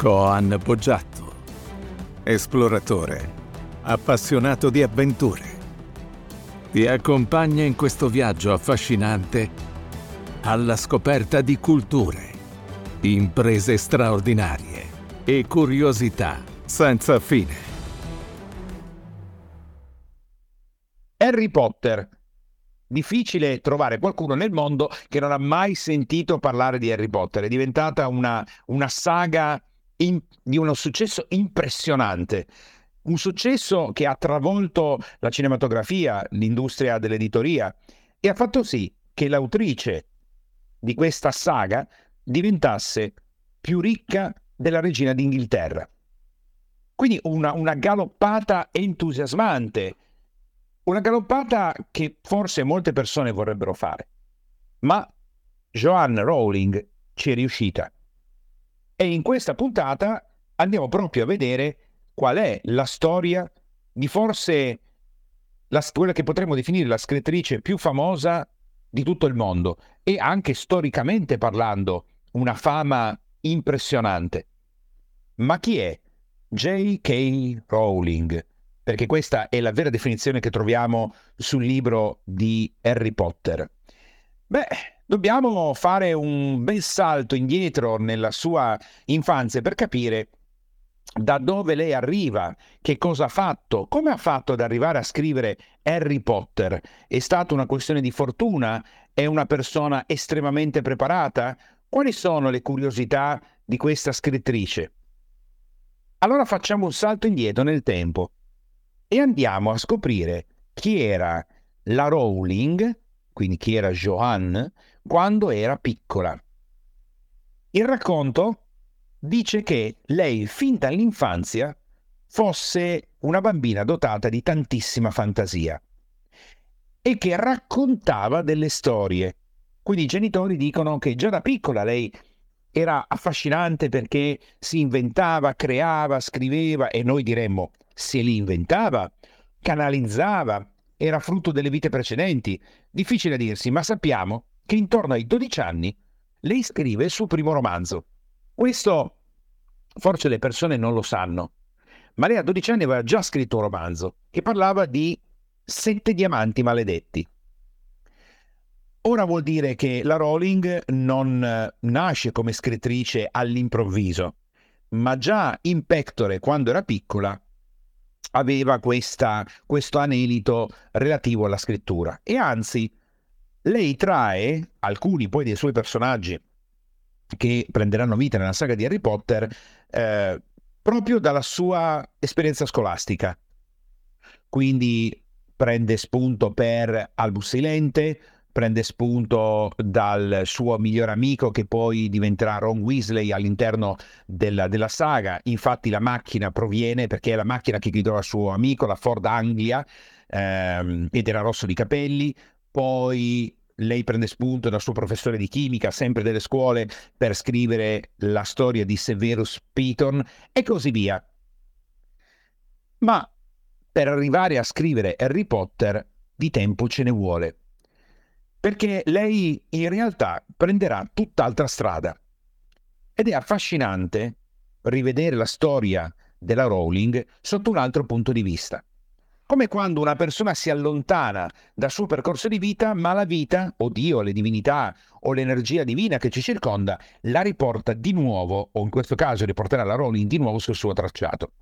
Coan Boggiatto, esploratore, appassionato di avventure. Ti accompagna in questo viaggio affascinante alla scoperta di culture, imprese straordinarie e curiosità senza fine. Harry Potter. Difficile trovare qualcuno nel mondo che non ha mai sentito parlare di Harry Potter. È diventata una saga di uno successo impressionante. Un successo che ha travolto la cinematografia, l'industria dell'editoria e ha fatto sì che l'autrice di questa saga diventasse più ricca della regina d'Inghilterra. Quindi una galoppata entusiasmante, una galoppata che forse molte persone vorrebbero fare, ma Joanne Rowling ci è riuscita. E in questa puntata andiamo proprio a vedere qual è la storia di forse quella che potremmo definire la scrittrice più famosa di tutto il mondo e anche storicamente parlando una fama impressionante. Ma chi è J.K. Rowling? Perché questa è la vera definizione che troviamo sul libro di Harry Potter. Dobbiamo fare un bel salto indietro nella sua infanzia per capire da dove lei arriva, che cosa ha fatto, come ha fatto ad arrivare a scrivere Harry Potter. È stata una questione di fortuna? È una persona estremamente preparata? Quali sono le curiosità di questa scrittrice? Allora facciamo un salto indietro nel tempo e andiamo a scoprire chi era la Rowling, quindi chi era Joanne, quando era piccola. Il racconto dice che lei, fin dall'infanzia, fosse una bambina dotata di tantissima fantasia e che raccontava delle storie. Quindi i genitori dicono che già da piccola lei era affascinante perché si inventava, creava, scriveva e noi diremmo se li inventava, canalizzava, era frutto delle vite precedenti. Difficile a dirsi, ma sappiamo che intorno ai 12 anni lei scrive il suo primo romanzo. Questo forse le persone non lo sanno, ma lei a 12 anni aveva già scritto un romanzo che parlava di 7 diamanti maledetti. Ora vuol dire che la Rowling non nasce come scrittrice all'improvviso, ma già in pectore, quando era piccola, aveva questo anelito relativo alla scrittura. E anzi, lei trae alcuni poi dei suoi personaggi che prenderanno vita nella saga di Harry Potter proprio dalla sua esperienza scolastica. Quindi prende spunto per Albus Silente, prende spunto dal suo migliore amico che poi diventerà Ron Weasley all'interno della saga. Infatti la macchina proviene perché è la macchina che guidò il suo amico, la Ford Anglia, ed era rosso di capelli. Poi lei prende spunto dal suo professore di chimica, sempre delle scuole, per scrivere la storia di Severus Piton e così via. Ma per arrivare a scrivere Harry Potter di tempo ce ne vuole, perché lei in realtà prenderà tutt'altra strada. Ed è affascinante rivedere la storia della Rowling sotto un altro punto di vista. Come quando una persona si allontana dal suo percorso di vita, ma la vita, o Dio, le divinità, o l'energia divina che ci circonda, la riporta di nuovo, o in questo caso riporterà la Rowling di nuovo sul suo tracciato.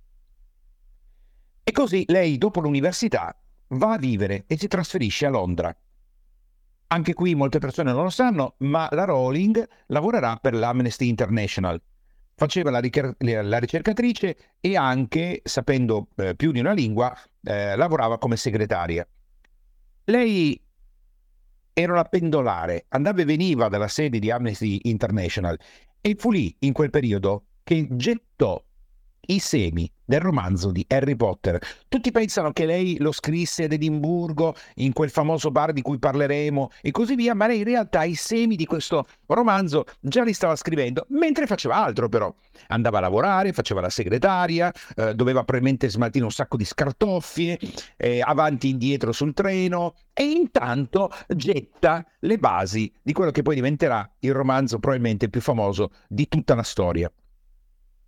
E così lei, dopo l'università, va a vivere e si trasferisce a Londra. Anche qui molte persone non lo sanno, ma la Rowling lavorerà per l'Amnesty International. Faceva la ricercatrice e anche, sapendo più di una lingua, lavorava come segretaria. Lei era una pendolare, andava e veniva dalla sede di Amnesty International e fu lì, in quel periodo, che gettò i semi del romanzo di Harry Potter. Tutti pensano che lei lo scrisse ad Edimburgo, in quel famoso bar di cui parleremo e così via, ma lei in realtà i semi di questo romanzo già li stava scrivendo, mentre faceva altro però. Andava a lavorare, faceva la segretaria, doveva probabilmente smaltire un sacco di scartoffie, avanti e indietro sul treno, e intanto getta le basi di quello che poi diventerà il romanzo probabilmente più famoso di tutta la storia.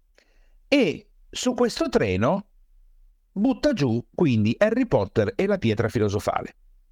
e su questo treno butta giù quindi Harry Potter e la pietra filosofale.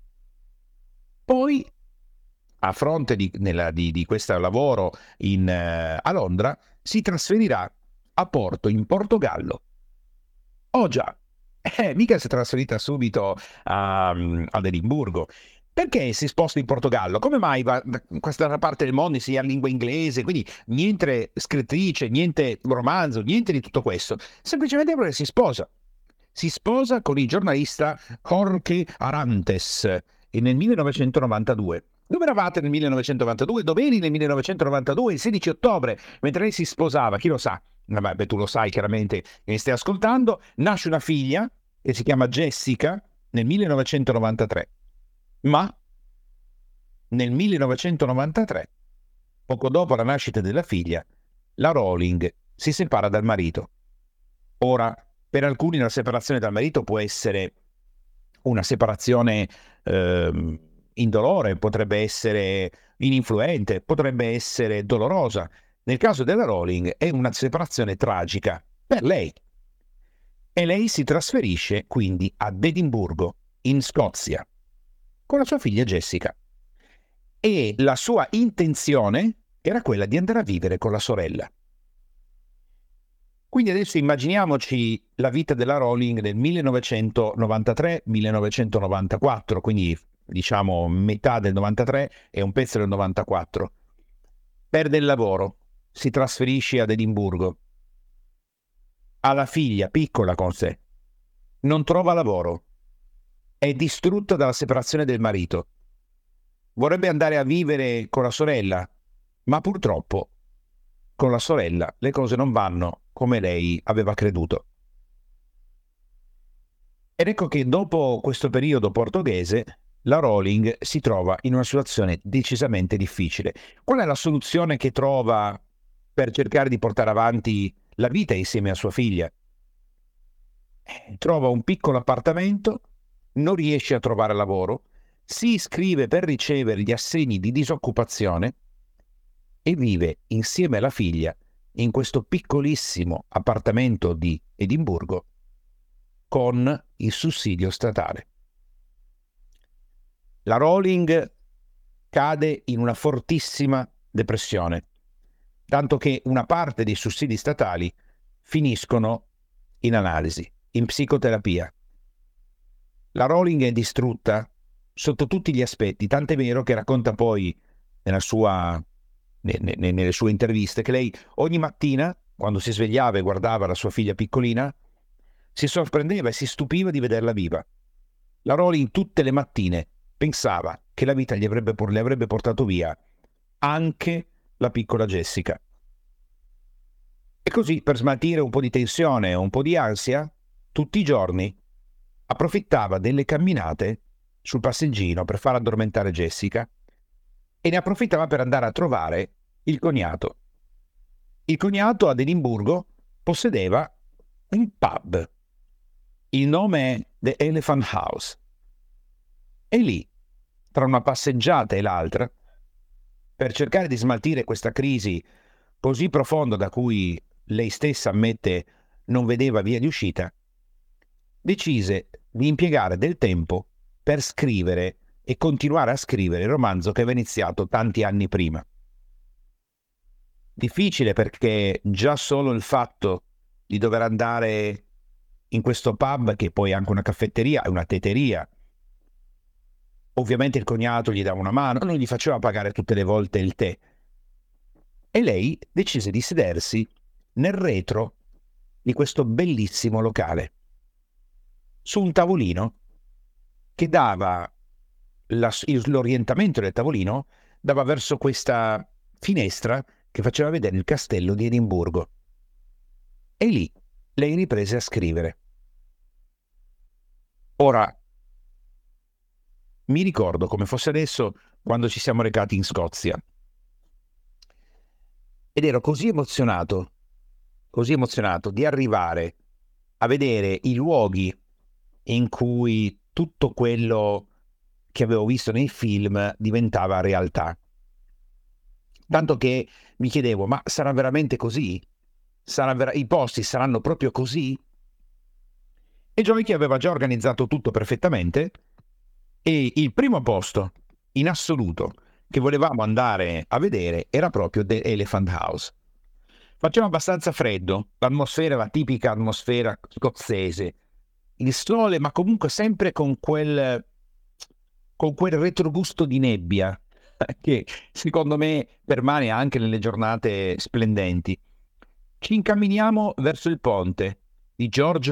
Poi, a fronte di questo lavoro a Londra, si trasferirà a Porto, in Portogallo. Oh già, mica si è trasferita subito ad Edimburgo. Perché si sposta in Portogallo? Come mai va in questa parte del mondo insegna lingua inglese? Quindi niente scrittrice, niente romanzo, niente di tutto questo. Semplicemente perché si sposa. Si sposa con il giornalista Jorge Arantes nel 1992. Dove eravate nel 1992? Dove eri nel 1992? Il 16 ottobre, mentre lei si sposava, chi lo sa? Vabbè, tu lo sai chiaramente che mi stai ascoltando. Nasce una figlia che si chiama Jessica nel 1993. Ma nel 1993, poco dopo la nascita della figlia, la Rowling si separa dal marito. Ora, per alcuni la separazione dal marito può essere una separazione indolore, potrebbe essere ininfluente, potrebbe essere dolorosa. Nel caso della Rowling è una separazione tragica per lei. E lei si trasferisce quindi ad Edimburgo, in Scozia, con la sua figlia Jessica. E la sua intenzione era quella di andare a vivere con la sorella. Quindi adesso immaginiamoci la vita della Rowling nel 1993-1994, quindi diciamo metà del 93 e un pezzo del 94. Perde il lavoro, si trasferisce ad Edimburgo, ha la figlia piccola con sé, non trova lavoro, è distrutta dalla separazione del marito. Vorrebbe andare a vivere con la sorella, ma purtroppo con la sorella le cose non vanno come lei aveva creduto. Ed ecco che dopo questo periodo portoghese, la Rowling si trova in una situazione decisamente difficile. Qual è la soluzione che trova per cercare di portare avanti la vita insieme a sua figlia? Trova un piccolo appartamento, non riesce a trovare lavoro, si iscrive per ricevere gli assegni di disoccupazione e vive insieme alla figlia in questo piccolissimo appartamento di Edimburgo con il sussidio statale. La Rowling cade in una fortissima depressione, tanto che una parte dei sussidi statali finiscono in analisi, in psicoterapia. La Rowling è distrutta sotto tutti gli aspetti, tant'è vero che racconta poi nelle sue interviste che lei ogni mattina, quando si svegliava e guardava la sua figlia piccolina, si sorprendeva e si stupiva di vederla viva. La Rowling tutte le mattine pensava che la vita le avrebbe portato via anche la piccola Jessica. E così, per smaltire un po' di tensione o un po' di ansia, tutti i giorni approfittava delle camminate sul passeggino per far addormentare Jessica e ne approfittava per andare a trovare il cognato. Il cognato ad Edimburgo possedeva un pub. Il nome è The Elephant House. E lì, tra una passeggiata e l'altra, per cercare di smaltire questa crisi così profonda da cui lei stessa ammette non vedeva via di uscita, decise di impiegare del tempo per scrivere e continuare a scrivere il romanzo che aveva iniziato tanti anni prima. Difficile perché già solo il fatto di dover andare in questo pub, che poi è anche una caffetteria e una teteria, ovviamente il cognato gli dava una mano, non gli faceva pagare tutte le volte il tè. E lei decise di sedersi nel retro di questo bellissimo locale, su un tavolino che dava l'orientamento del tavolino dava verso questa finestra che faceva vedere il castello di Edimburgo. E lì lei riprese a scrivere. Ora, mi ricordo come fosse adesso quando ci siamo recati in Scozia. Ed ero così emozionato di arrivare a vedere i luoghi in cui tutto quello che avevo visto nei film diventava realtà. Tanto che mi chiedevo, ma sarà veramente così? I posti saranno proprio così? E Joyke aveva già organizzato tutto perfettamente e il primo posto in assoluto che volevamo andare a vedere era proprio The Elephant House. Faceva abbastanza freddo, l'atmosfera era la tipica atmosfera scozzese, il sole, ma comunque sempre con quel retrogusto di nebbia che secondo me permane anche nelle giornate splendenti. Ci incamminiamo verso il ponte di Giorgio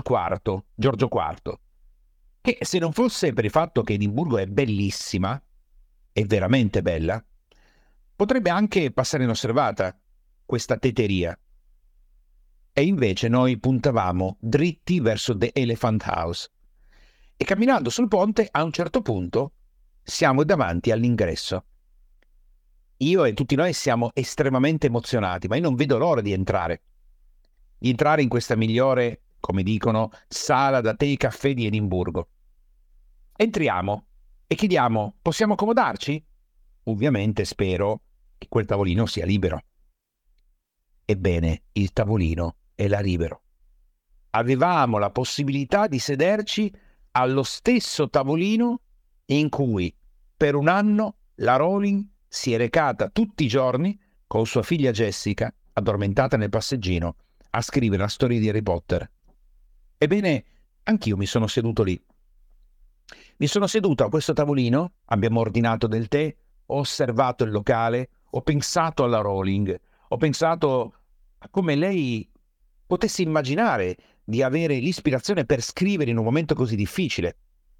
IV, che se non fosse per il fatto che Edimburgo è bellissima, è veramente bella, potrebbe anche passare inosservata questa teteria. E invece noi puntavamo dritti verso The Elephant House. E camminando sul ponte, a un certo punto, siamo davanti all'ingresso. Io e tutti noi siamo estremamente emozionati, ma io non vedo l'ora di entrare in questa migliore, come dicono, sala da tè e caffè di Edimburgo. Entriamo e chiediamo: possiamo accomodarci? Ovviamente spero che quel tavolino sia libero. Ebbene, il tavolino era libero. Avevamo la possibilità di sederci allo stesso tavolino in cui per un anno la Rowling si è recata tutti i giorni con sua figlia Jessica, addormentata nel passeggino, a scrivere la storia di Harry Potter. Ebbene, anch'io mi sono seduto lì. Mi sono seduto a questo tavolino, abbiamo ordinato del tè, ho osservato il locale, ho pensato alla Rowling, ho pensato a come lei potesse immaginare di avere l'ispirazione per scrivere in un momento così difficile.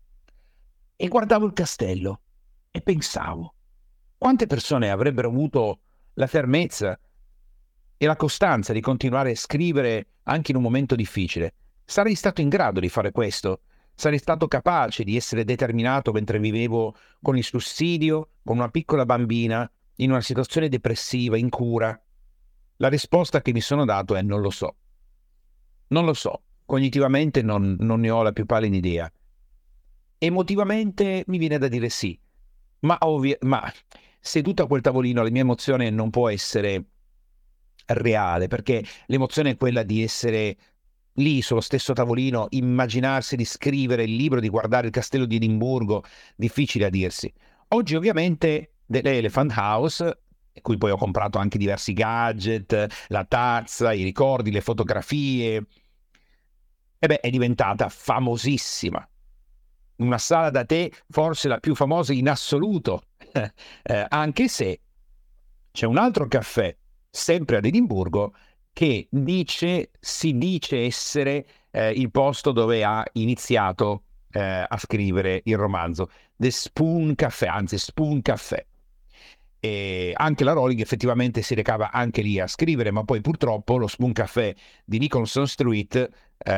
E guardavo il castello e pensavo: quante persone avrebbero avuto la fermezza e la costanza di continuare a scrivere anche in un momento difficile? Sarei stato in grado di fare questo? Sarei stato capace di essere determinato mentre vivevo con il sussidio, con una piccola bambina, in una situazione depressiva, in cura? La risposta che mi sono dato è: non lo so. Non lo so. Cognitivamente non ne ho la più pallida idea. Emotivamente mi viene da dire sì. Ma seduto a quel tavolino la mia emozione non può essere reale, perché l'emozione è quella di essere lì sullo stesso tavolino, immaginarsi di scrivere il libro, di guardare il castello di Edimburgo, difficile a dirsi. Oggi ovviamente dell'Elephant House, in cui poi ho comprato anche diversi gadget, la tazza, i ricordi, le fotografie, è diventata famosissima. Una sala da tè forse la più famosa in assoluto, anche se c'è un altro caffè, sempre ad Edimburgo, che si dice essere il posto dove ha iniziato a scrivere il romanzo, The Spoon Café, anzi Spoon Café. E anche la Rowling effettivamente si recava anche lì a scrivere, ma poi purtroppo lo Spoon Café di Nicholson Street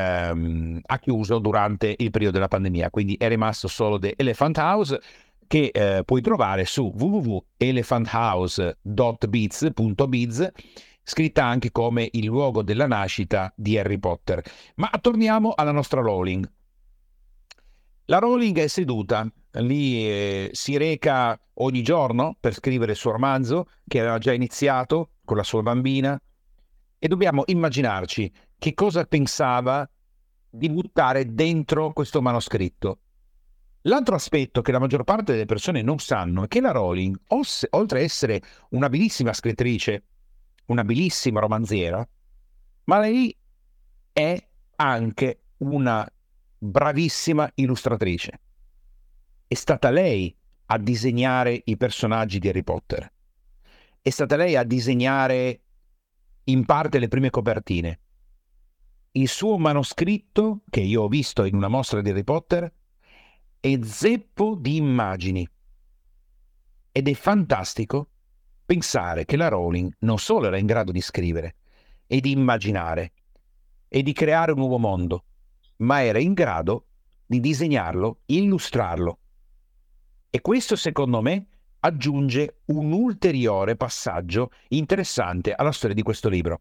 ha chiuso durante il periodo della pandemia, quindi è rimasto solo The Elephant House, che puoi trovare su www.elephanthouse.biz, scritta anche come il luogo della nascita di Harry Potter. Ma torniamo alla nostra Rowling. La Rowling è seduta lì, si reca ogni giorno per scrivere il suo romanzo, che aveva già iniziato con la sua bambina, e dobbiamo immaginarci che cosa pensava di buttare dentro questo manoscritto. L'altro aspetto che la maggior parte delle persone non sanno è che la Rowling, oltre a essere un'abilissima scrittrice, un'abilissima romanziera, ma lei è anche una bravissima illustratrice. È stata lei a disegnare i personaggi di Harry Potter. È stata lei a disegnare in parte le prime copertine. Il suo manoscritto, che io ho visto in una mostra di Harry Potter, è zeppo di immagini. Ed è fantastico pensare che la Rowling non solo era in grado di scrivere e di immaginare e di creare un nuovo mondo, ma era in grado di disegnarlo, illustrarlo. E questo, secondo me, aggiunge un ulteriore passaggio interessante alla storia di questo libro.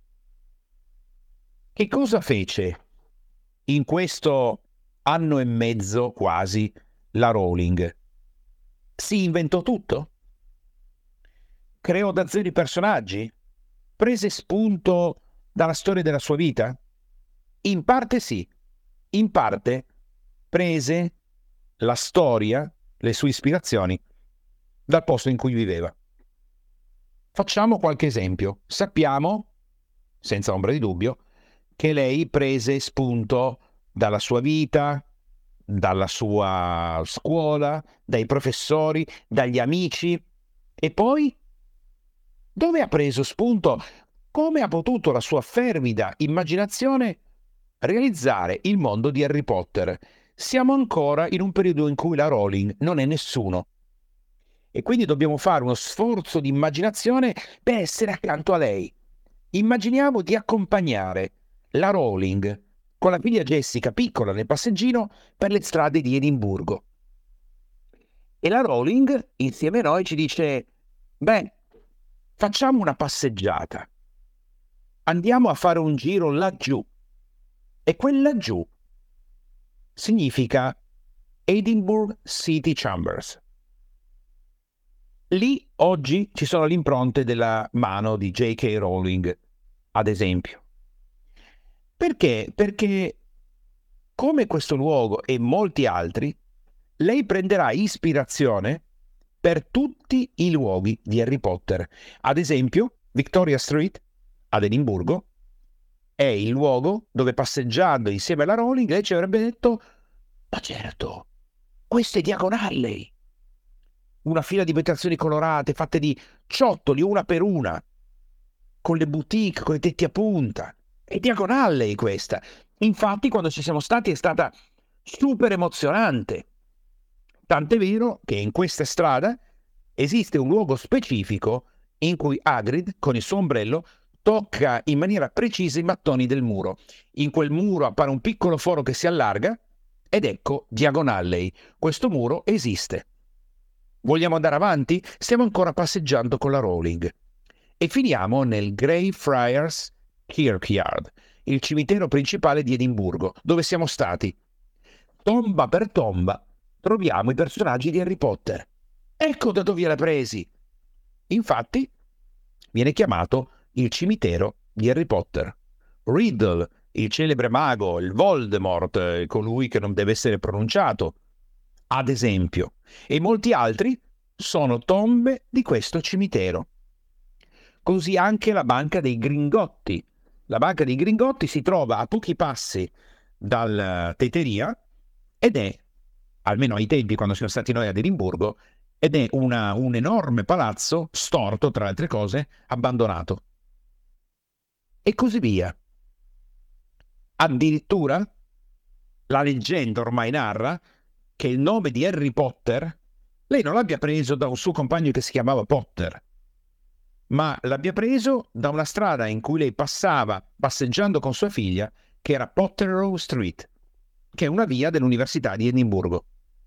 Che cosa fece in questo anno e mezzo quasi la Rowling? Si inventò tutto? Creò da zero i personaggi? Prese spunto dalla storia della sua vita? In parte sì, in parte prese la storia, le sue ispirazioni dal posto in cui viveva. Facciamo qualche esempio. Sappiamo, senza ombra di dubbio, che lei prese spunto dalla sua vita, dalla sua scuola, dai professori, dagli amici. E poi, dove ha preso spunto? Come ha potuto la sua fervida immaginazione realizzare il mondo di Harry Potter? Siamo ancora in un periodo in cui la Rowling non è nessuno. E quindi dobbiamo fare uno sforzo di immaginazione per essere accanto a lei. Immaginiamo di accompagnare la Rowling con la figlia Jessica piccola nel passeggino per le strade di Edimburgo. E la Rowling insieme a noi ci dice: beh, facciamo una passeggiata. Andiamo a fare un giro laggiù. E quel laggiù significa Edinburgh City Chambers. Lì oggi ci sono le impronte della mano di J.K. Rowling, ad esempio. Perché? Perché, come questo luogo e molti altri, lei prenderà ispirazione per tutti i luoghi di Harry Potter. Ad esempio, Victoria Street, ad Edimburgo, è il luogo dove, passeggiando insieme alla Rowling, lei ci avrebbe detto: ma certo, questo è Diagon Alley. Una fila di abitazioni colorate fatte di ciottoli una per una, con le boutique, con i tetti a punta. È Diagon Alley questa. Infatti, quando ci siamo stati è stata super emozionante. Tant'è vero che in questa strada esiste un luogo specifico in cui Hagrid, con il suo ombrello, tocca in maniera precisa i mattoni del muro. In quel muro appare un piccolo foro che si allarga ed ecco Diagon Alley. Questo muro esiste. Vogliamo andare avanti? Stiamo ancora passeggiando con la Rowling. E finiamo nel Greyfriars Kirkyard, il cimitero principale di Edimburgo, dove siamo stati. Tomba per tomba troviamo i personaggi di Harry Potter. Ecco da dove li ha presi. Infatti, viene chiamato il cimitero di Harry Potter. Riddle, il celebre mago, il Voldemort, colui che non deve essere pronunciato, ad esempio, e molti altri sono tombe di questo cimitero. Così anche la Banca dei Gringotti. La Banca dei Gringotti si trova a pochi passi dal Teteria ed è, almeno ai tempi quando siamo stati noi ad Edimburgo, ed è un enorme palazzo storto, tra altre cose, abbandonato. E così via. Addirittura la leggenda ormai narra che il nome di Harry Potter lei non l'abbia preso da un suo compagno che si chiamava Potter, ma l'abbia preso da una strada in cui lei passava passeggiando con sua figlia, che era Potterrow Street, che è una via dell'Università di Edimburgo.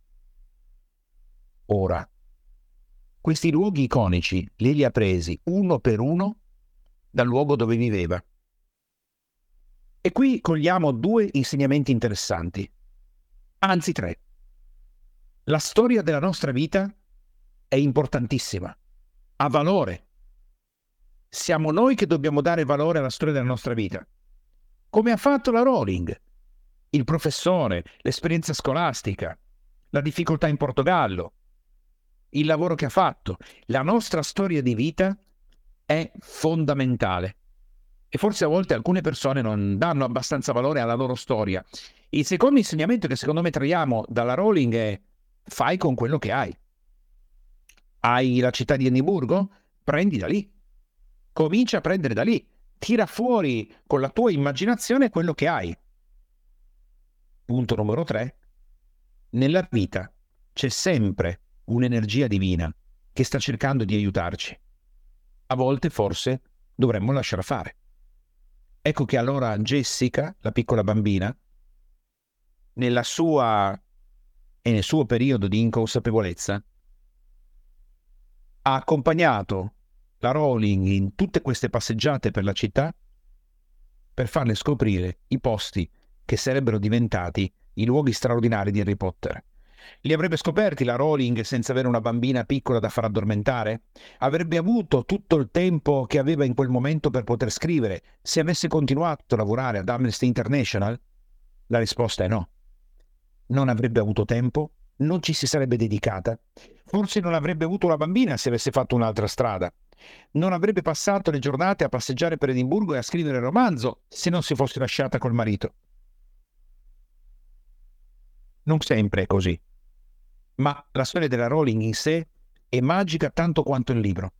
Ora, questi luoghi iconici li ha presi uno per uno dal luogo dove viveva. E qui cogliamo due insegnamenti interessanti, anzi tre. La storia della nostra vita è importantissima, ha valore. Siamo noi che dobbiamo dare valore alla storia della nostra vita. Come ha fatto la Rowling, il professore, l'esperienza scolastica, la difficoltà in Portogallo, il lavoro che ha fatto. La nostra storia di vita è fondamentale. E forse a volte alcune persone non danno abbastanza valore alla loro storia. Il secondo insegnamento che secondo me traiamo dalla Rowling è: fai con quello che hai. Hai la città di Edimburgo? Prendi da lì. Comincia a prendere da lì. Tira fuori con la tua immaginazione quello che hai. Punto numero 3. Nella vita c'è sempre un'energia divina che sta cercando di aiutarci. A volte forse dovremmo lasciarla fare. Ecco che allora Jessica, la piccola bambina, nel suo periodo di inconsapevolezza, ha accompagnato la Rowling in tutte queste passeggiate per la città per farle scoprire i posti che sarebbero diventati i luoghi straordinari di Harry Potter. Li avrebbe scoperti la Rowling senza avere una bambina piccola da far addormentare? Avrebbe avuto tutto il tempo che aveva in quel momento per poter scrivere se avesse continuato a lavorare ad Amnesty International? La risposta è no. Non avrebbe avuto tempo, non ci si sarebbe dedicata, forse non avrebbe avuto una bambina se avesse fatto un'altra strada. Non avrebbe passato le giornate a passeggiare per Edimburgo e a scrivere il romanzo se non si fosse lasciata col marito. Non sempre è così, ma la storia della Rowling in sé è magica tanto quanto il libro.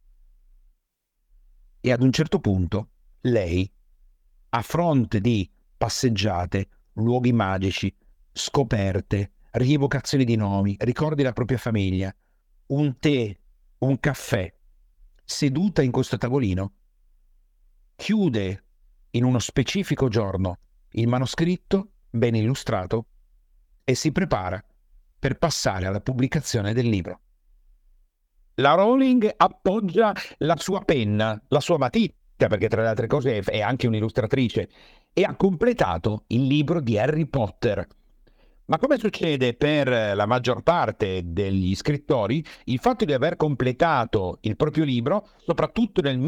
E ad un certo punto lei, a fronte di passeggiate, luoghi magici, scoperte, rievocazioni di nomi, ricordi della propria famiglia, un tè, un caffè, seduta in questo tavolino, chiude in uno specifico giorno il manoscritto ben illustrato e si prepara per passare alla pubblicazione del libro. La Rowling appoggia la sua penna, la sua matita, perché tra le altre cose è anche un'illustratrice, e ha completato il libro di Harry Potter. Ma come succede per la maggior parte degli scrittori, il fatto di aver completato il proprio libro, soprattutto nel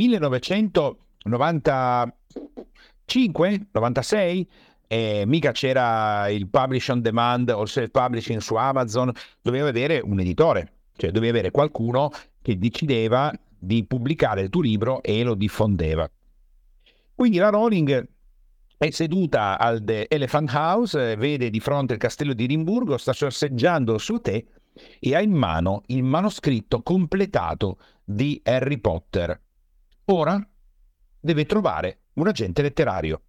1995-96, mica c'era il publish on demand o il self-publishing su Amazon, doveva avere un editore, cioè dovevi avere qualcuno che decideva di pubblicare il tuo libro e lo diffondeva. Quindi la Rowling è seduta al The Elephant House, vede di fronte il castello di Edimburgo, sta sorseggiando il suo tè e ha in mano il manoscritto completato di Harry Potter. Ora deve trovare un agente letterario.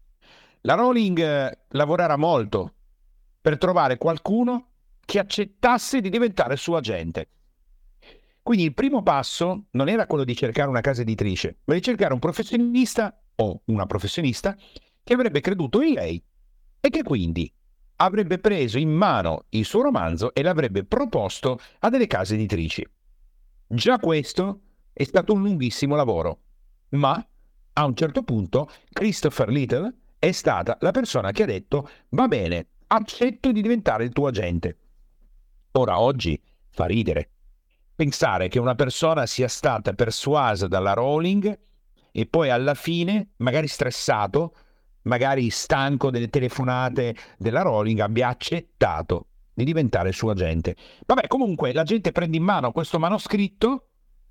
La Rowling lavorerà molto per trovare qualcuno che accettasse di diventare suo agente. Quindi il primo passo non era quello di cercare una casa editrice, ma di cercare un professionista o una professionista che avrebbe creduto in lei e che quindi avrebbe preso in mano il suo romanzo e l'avrebbe proposto a delle case editrici. Già questo è stato un lunghissimo lavoro, ma a un certo punto Christopher Little è stata la persona che ha detto: va bene, accetto di diventare il tuo agente. Ora, oggi fa ridere pensare che una persona sia stata persuasa dalla Rowling e poi alla fine, magari stressato, magari stanco delle telefonate della Rowling, abbia accettato di diventare suo agente. Vabbè, comunque la gente prende in mano questo manoscritto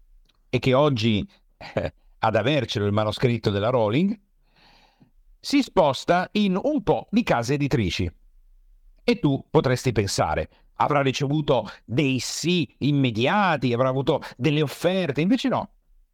e che oggi ad avercelo il manoscritto della Rowling si sposta in un po' di case editrici. E tu potresti pensare, avrà ricevuto dei sì immediati, avrà avuto delle offerte, invece no.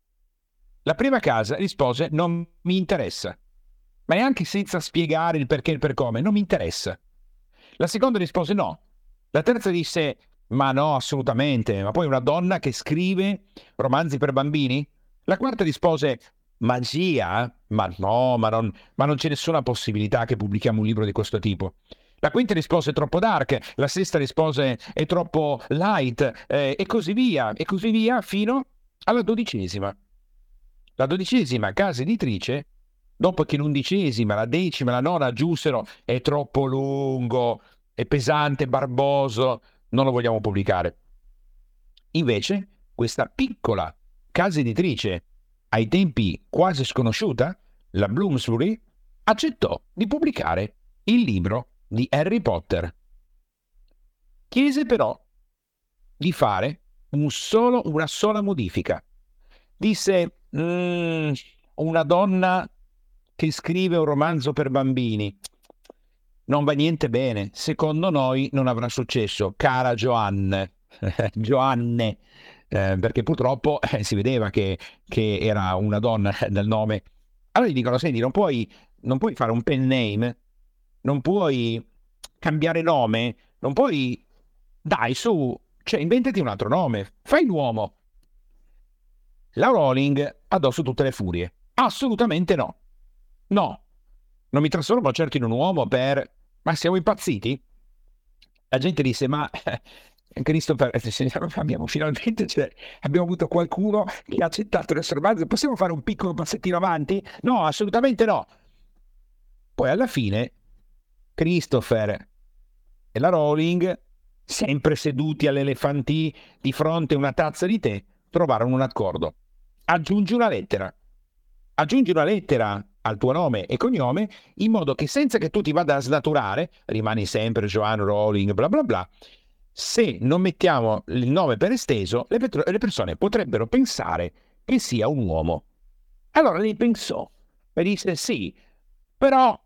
La prima casa rispose: non mi interessa, ma neanche senza spiegare il perché e il per come, non mi interessa. La seconda rispose no. La terza disse: ma no, assolutamente, ma poi una donna che scrive romanzi per bambini? La quarta rispose: magia? Ma no, ma non c'è nessuna possibilità che pubblichiamo un libro di questo tipo. La quinta rispose: è troppo dark. La sesta rispose: è troppo light, e così via, fino alla 12ª. La 12ª casa editrice, dopo che l'11ª, la 10ª, la 9ª giunsero: è troppo lungo, è pesante, barboso, non lo vogliamo pubblicare. Invece, questa piccola casa editrice, ai tempi quasi sconosciuta, la Bloomsbury, accettò di pubblicare il libro di Harry Potter. Chiese però di fare una sola modifica. Disse: una donna che scrive un romanzo per bambini non va niente bene, secondo noi non avrà successo, cara Joanne. Joanne, perché purtroppo si vedeva che era una donna dal nome. Allora gli dicono: senti, non puoi fare un pen name, non puoi cambiare nome, non puoi, dai, su, cioè inventati un altro nome, fai l'uomo. La Rowling addosso tutte le furie: assolutamente no, non mi trasformo certo in un uomo ma siamo impazziti? La gente disse: ma Christopher, abbiamo avuto qualcuno che ha accettato il nostro romanzo, possiamo fare un piccolo passettino avanti? No, assolutamente no. Poi alla fine Christopher e la Rowling sempre seduti all'elefantì di fronte a una tazza di tè, trovarono un accordo. Aggiungi una lettera al tuo nome e cognome, in modo che senza che tu ti vada a snaturare, rimani sempre Joanne Rowling, bla bla bla, se non mettiamo il nome per esteso, le persone potrebbero pensare che sia un uomo. Allora lei pensò e disse sì, però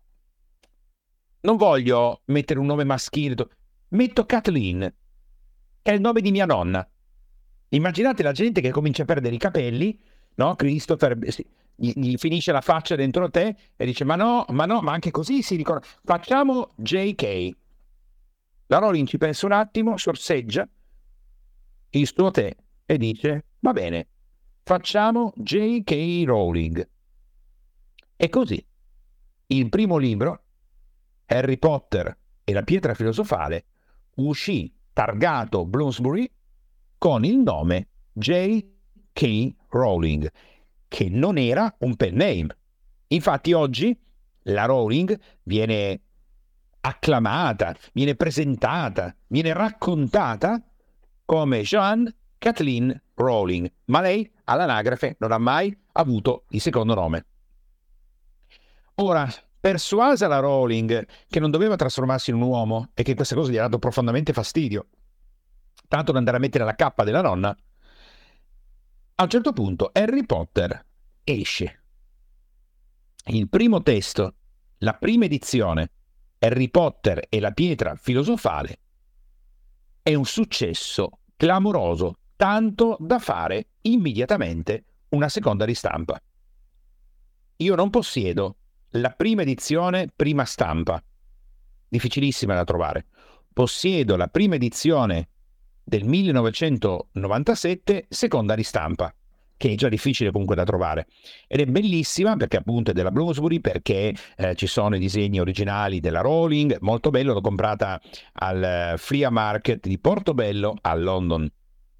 non voglio mettere un nome maschile, metto Kathleen, che è il nome di mia nonna. Immaginate la gente che comincia a perdere i capelli, no? Christopher gli finisce la faccia dentro te e dice ma no, ma anche così si ricorda. Facciamo JK. La Rowling ci pensa un attimo, sorseggia il suo tè e dice va bene, facciamo J.K. Rowling. E così il primo libro, Harry Potter e la pietra filosofale, uscì targato Bloomsbury con il nome J.K. Rowling, che non era un pen name. Infatti oggi la Rowling viene acclamata, viene presentata, viene raccontata come Joanne Kathleen Rowling, ma lei all'anagrafe non ha mai avuto il secondo nome. Ora, persuasa la Rowling che non doveva trasformarsi in un uomo e che questa cosa gli ha dato profondamente fastidio, tanto da andare a mettere la cappa della nonna, a un certo punto Harry Potter esce. Il primo testo, la prima edizione, Harry Potter e la pietra filosofale, è un successo clamoroso, tanto da fare immediatamente una seconda ristampa. Io non possiedo la prima edizione, prima stampa, difficilissima da trovare. Possiedo la prima edizione del 1997, seconda ristampa, che è già difficile comunque da trovare. Ed è bellissima perché appunto è della Bloomsbury, perché ci sono i disegni originali della Rowling, molto bello, l'ho comprata al Flea Market di Portobello a London.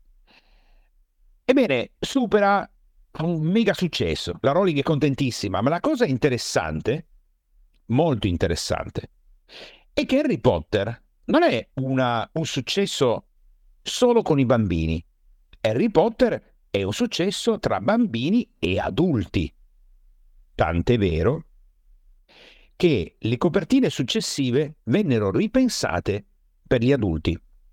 Ebbene, supera un mega successo. La Rowling è contentissima, ma la cosa interessante, molto interessante, è che Harry Potter non è un successo solo con i bambini. Harry Potter è un successo tra bambini e adulti. Tant'è vero che le copertine successive vennero ripensate per gli adulti.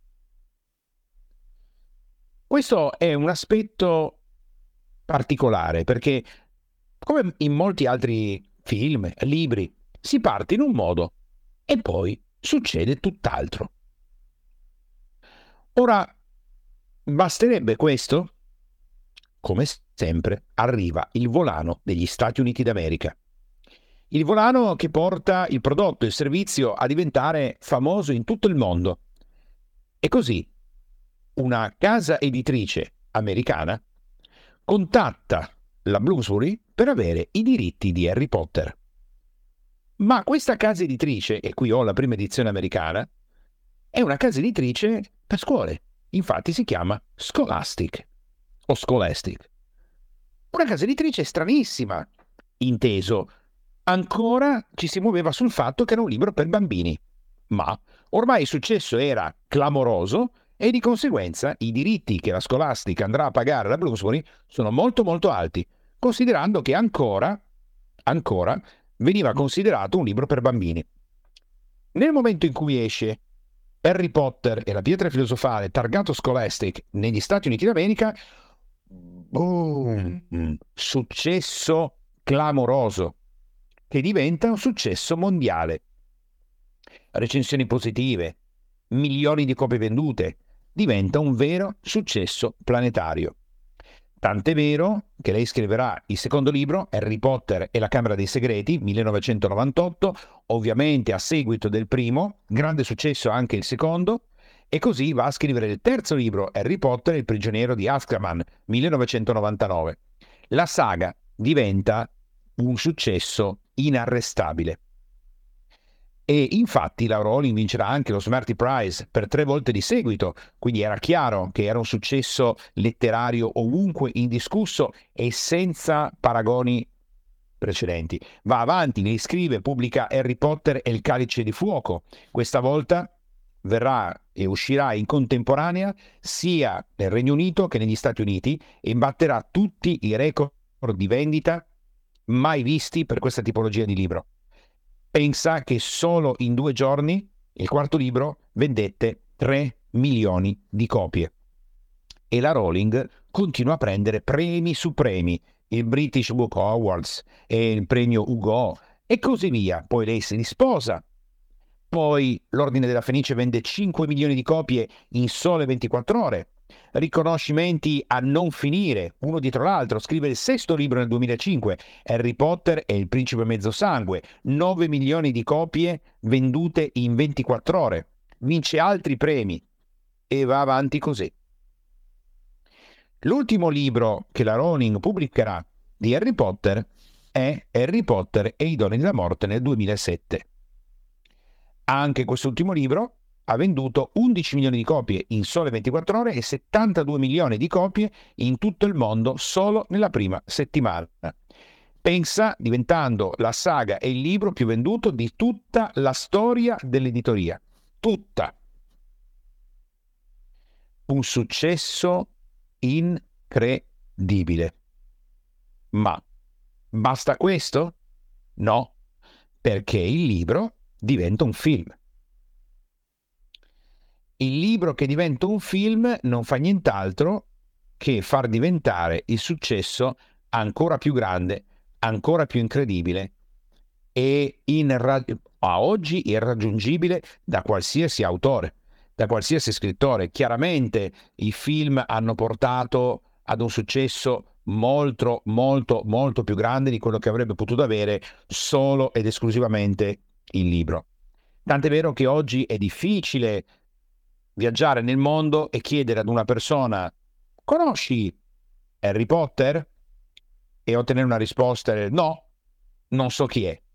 Questo è un aspetto particolare perché, come in molti altri film, libri, si parte in un modo e poi succede tutt'altro. Ora, basterebbe questo? Come sempre, arriva il volano degli Stati Uniti d'America. Il volano che porta il prodotto e il servizio a diventare famoso in tutto il mondo. E così una casa editrice americana contatta la Bloomsbury per avere i diritti di Harry Potter. Ma questa casa editrice, e qui ho la prima edizione americana, è una casa editrice per scuole. Infatti si chiama Scholastic o Scholastic. Una casa editrice stranissima, inteso. Ancora ci si muoveva sul fatto che era un libro per bambini, ma ormai il successo era clamoroso e di conseguenza i diritti che la Scholastic andrà a pagare alla Bloomsbury sono molto molto alti, considerando che ancora veniva considerato un libro per bambini. Nel momento in cui esce Harry Potter e la pietra filosofale targato Scholastic negli Stati Uniti d'America, boom, successo clamoroso, che diventa un successo mondiale. Recensioni positive, milioni di copie vendute, diventa un vero successo planetario. Tant'è vero che lei scriverà il secondo libro, Harry Potter e la Camera dei Segreti, 1998, ovviamente a seguito del primo, grande successo anche il secondo, e così va a scrivere il terzo libro, Harry Potter e il prigioniero di Azkaban, 1999. La saga diventa un successo inarrestabile. E infatti la Rowling vincerà anche lo Smarty Prize per 3 volte di seguito, quindi era chiaro che era un successo letterario ovunque indiscusso e senza paragoni precedenti. Va avanti, ne scrive, pubblica Harry Potter e il Calice di Fuoco. Questa volta verrà e uscirà in contemporanea sia nel Regno Unito che negli Stati Uniti e batterà tutti i record di vendita mai visti per questa tipologia di libro. Pensa che solo in 2 giorni il quarto libro vendette 3 milioni di copie. E la Rowling continua a prendere premi su premi, il British Book Awards e il premio Hugo e così via. Poi lei si risposa. Poi l'Ordine della Fenice vende 5 milioni di copie in sole 24 ore. Riconoscimenti a non finire, uno dietro l'altro. Scrive il 6º libro nel 2005, Harry Potter e il Principe Mezzosangue, 9 milioni di copie vendute in 24 ore. Vince altri premi e va avanti così. L'ultimo libro che la Rowling pubblicherà di Harry Potter è Harry Potter e i Doni della Morte nel 2007. Anche quest'ultimo libro ha venduto 11 milioni di copie in sole 24 ore e 72 milioni di copie in tutto il mondo solo nella prima settimana. Pensa, diventando la saga e il libro più venduto di tutta la storia dell'editoria. Tutta. Un successo incredibile. Ma basta questo? No, perché il libro diventa un film. Il libro che diventa un film non fa nient'altro che far diventare il successo ancora più grande, ancora più incredibile e a oggi irraggiungibile da qualsiasi autore, da qualsiasi scrittore. Chiaramente i film hanno portato ad un successo molto, molto, molto più grande di quello che avrebbe potuto avere solo ed esclusivamente il libro. Tant'è vero che oggi è difficile viaggiare nel mondo e chiedere ad una persona: conosci Harry Potter? E ottenere una risposta: no, non so chi è.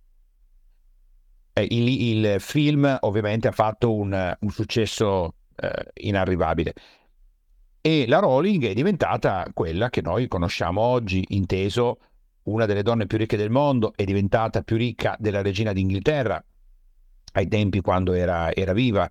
Il film ovviamente ha fatto un successo inarrivabile e la Rowling è diventata quella che noi conosciamo oggi, inteso una delle donne più ricche del mondo, è diventata più ricca della regina d'Inghilterra ai tempi quando era viva.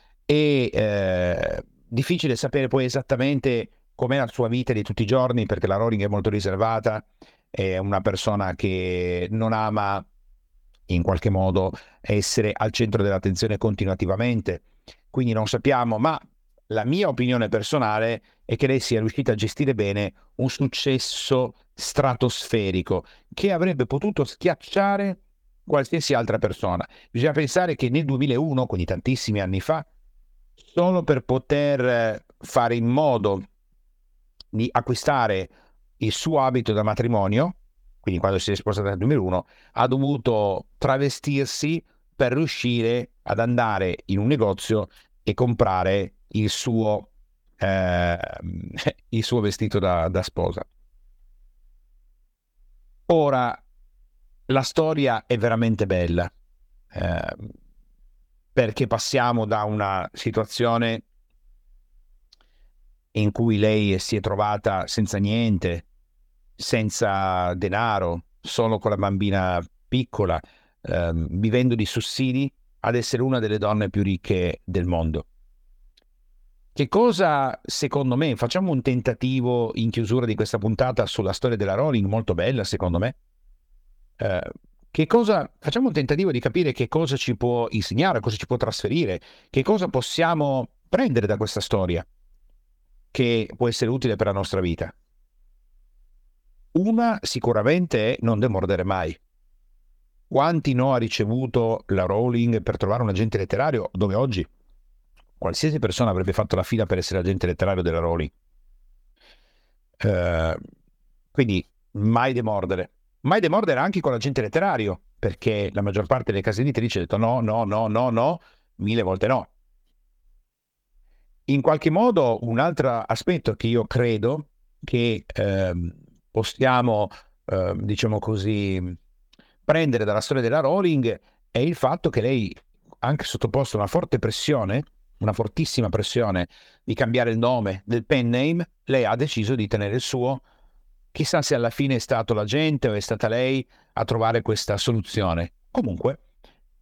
E difficile sapere poi esattamente com'è la sua vita di tutti i giorni, perché la Rowling è molto riservata, è una persona che non ama in qualche modo essere al centro dell'attenzione continuativamente, quindi non sappiamo, ma la mia opinione personale è che lei sia riuscita a gestire bene un successo stratosferico che avrebbe potuto schiacciare qualsiasi altra persona. Bisogna pensare che nel 2001, quindi tantissimi anni fa, solo per poter fare in modo di acquistare il suo abito da matrimonio, quindi quando si è sposata nel 2001, ha dovuto travestirsi per riuscire ad andare in un negozio e comprare il suo vestito da sposa. Ora, la storia è veramente bella, perché passiamo da una situazione in cui lei si è trovata senza niente, senza denaro, solo con la bambina piccola, vivendo di sussidi, ad essere una delle donne più ricche del mondo. Che cosa, secondo me, facciamo un tentativo in chiusura di questa puntata sulla storia della Rowling, molto bella secondo me. Facciamo un tentativo di capire che cosa ci può insegnare, cosa ci può trasferire, che cosa possiamo prendere da questa storia che può essere utile per la nostra vita. Una sicuramente è non demordere mai. Quanti no ha ricevuto la Rowling per trovare un agente letterario, dove oggi qualsiasi persona avrebbe fatto la fila per essere agente letterario della Rowling. Quindi mai demordere. Mai demordere anche con l'agente letterario, perché la maggior parte delle case editrici ha detto no, no, no, no, no, 1000 volte no. In qualche modo un altro aspetto che io credo che possiamo, diciamo così, prendere dalla storia della Rowling è il fatto che lei, anche sottoposto a una forte pressione, una fortissima pressione di cambiare il nome del pen name, lei ha deciso di tenere il suo. Chissà se alla fine è stato l'agente o è stata lei a trovare questa soluzione. Comunque,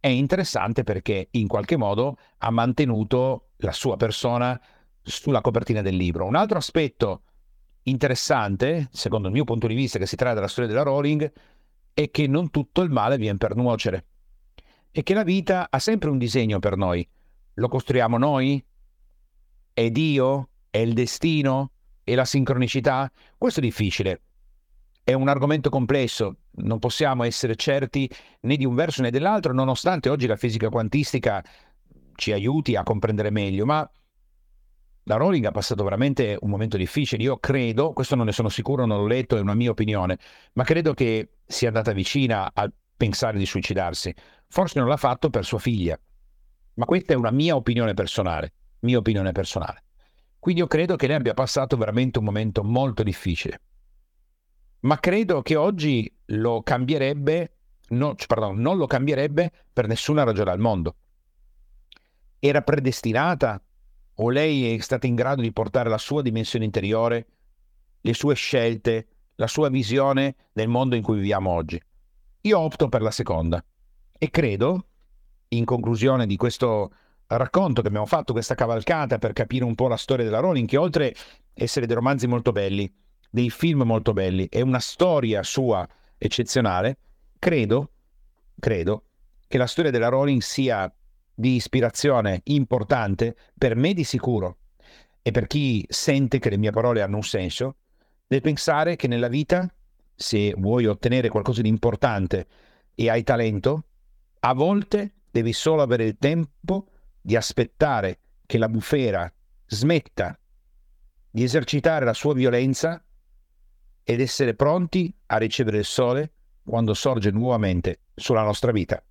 è interessante perché in qualche modo ha mantenuto la sua persona sulla copertina del libro. Un altro aspetto interessante, secondo il mio punto di vista, che si tratta dalla storia della Rowling, è che non tutto il male viene per nuocere e che la vita ha sempre un disegno per noi. Lo costruiamo noi? È Dio? È il destino? È la sincronicità? Questo è difficile. È un argomento complesso, non possiamo essere certi né di un verso né dell'altro, nonostante oggi la fisica quantistica ci aiuti a comprendere meglio, ma la Rowling ha passato veramente un momento difficile. Io credo, questo non ne sono sicuro, non l'ho letto, è una mia opinione, ma credo che sia andata vicina a pensare di suicidarsi. Forse non l'ha fatto per sua figlia, ma questa è una mia opinione personale, Quindi io credo che lei abbia passato veramente un momento molto difficile. Ma credo che oggi lo cambierebbe, non lo cambierebbe per nessuna ragione al mondo. Era predestinata o lei è stata in grado di portare la sua dimensione interiore, le sue scelte, la sua visione del mondo in cui viviamo oggi? Io opto per la seconda e credo, in conclusione di questo racconto che abbiamo fatto, questa cavalcata per capire un po' la storia della Rowling, che oltre a essere dei romanzi molto belli, dei film molto belli e una storia sua eccezionale, credo che la storia della Rowling sia di ispirazione importante per me di sicuro e per chi sente che le mie parole hanno un senso, nel pensare che nella vita, se vuoi ottenere qualcosa di importante e hai talento, a volte devi solo avere il tempo di aspettare che la bufera smetta di esercitare la sua violenza ed essere pronti a ricevere il sole quando sorge nuovamente sulla nostra vita.